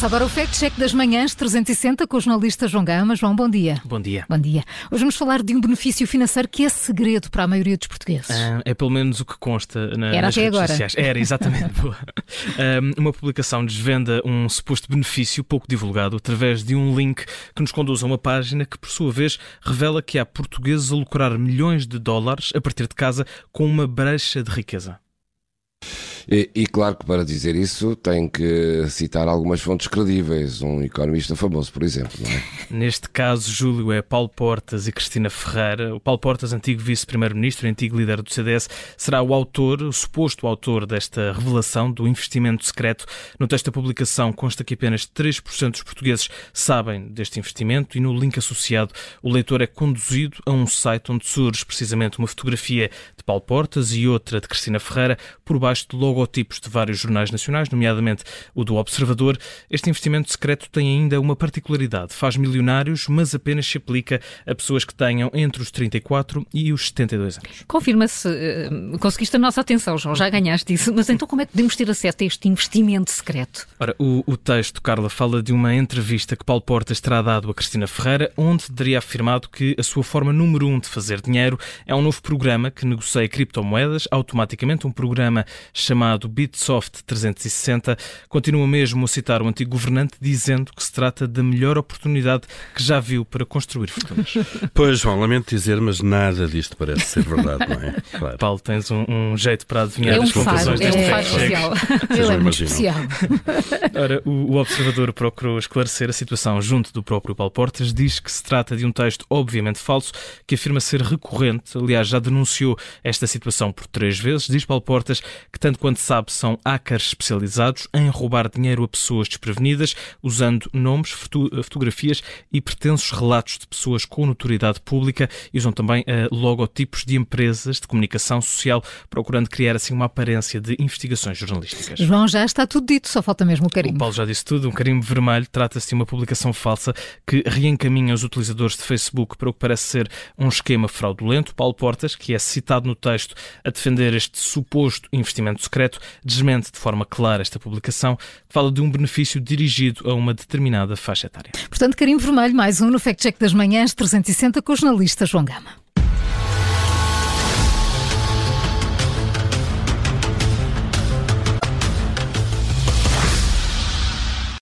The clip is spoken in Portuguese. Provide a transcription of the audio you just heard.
Começa agora o Fact Check das Manhãs 360 com o jornalista João Gama. João, bom dia. Bom dia. Bom dia. Hoje vamos falar de um benefício financeiro que é segredo para a maioria dos portugueses. É pelo menos o que consta até nas redes agora. sociais. Era, exatamente. Boa. Uma publicação desvenda um suposto benefício pouco divulgado através de um link que nos conduz a uma página que, por sua vez, revela que há portugueses a lucrar milhões de dólares a partir de casa com uma brecha de riqueza. E claro que para dizer isso tem que citar algumas fontes credíveis, um economista famoso, por exemplo, não é? Neste caso, Júlio, é Paulo Portas e Cristina Ferreira. O Paulo Portas, antigo vice-primeiro-ministro e antigo líder do CDS, será o autor, o suposto autor desta revelação do investimento secreto. No texto da publicação consta que apenas 3% dos portugueses sabem deste investimento e no link associado o leitor é conduzido a um site onde surge precisamente uma fotografia de Paulo Portas e outra de Cristina Ferreira por baixo de logotipos de vários jornais nacionais, nomeadamente o do Observador. Este investimento secreto tem ainda uma particularidade. Faz milionários, mas apenas se aplica a pessoas que tenham entre os 34 e os 72 anos. Confirma-se, conseguiste a nossa atenção, João, já ganhaste isso, mas então como é que podemos ter acesso a este investimento secreto? Ora, o texto, Carla, fala de uma entrevista que Paulo Portas terá dado a Cristina Ferreira, onde teria afirmado que a sua forma número 1 de fazer dinheiro é um novo programa que negocia criptomoedas automaticamente, um programa chamado Bitsoft 360. Continua mesmo a citar o antigo governante, dizendo que se trata da melhor oportunidade que já viu para construir fortunas. Pois, João, lamento dizer, mas nada disto parece ser verdade, não é? Claro. Paulo, tens um jeito para adivinhar É as conclusões deste faro especial. Ele é muito especial. Ora, o Observador procurou esclarecer a situação junto do próprio Paulo Portas. Diz que se trata de um texto obviamente falso, que afirma ser recorrente. Aliás, já denunciou esta situação por 3 vezes. Diz Paulo Portas que, tanto quanto sabe, são hackers especializados em roubar dinheiro a pessoas desprevenidas, usando nomes, fotografias e pretensos relatos de pessoas com notoriedade pública, e usam também logotipos de empresas de comunicação social, procurando criar assim uma aparência de investigações jornalísticas. João, já está tudo dito, só falta mesmo o carimbo. O Paulo já disse tudo. Um carimbo vermelho. Trata-se de uma publicação falsa que reencaminha os utilizadores de Facebook para o que parece ser um esquema fraudulento. Paulo Portas, que é citado no texto a defender este suposto investimento secreto, desmente de forma clara esta publicação, que fala de um benefício dirigido a uma determinada faixa etária. Portanto, carimbo vermelho, mais um no Fact Check das Manhãs 360 com o jornalista João Gama.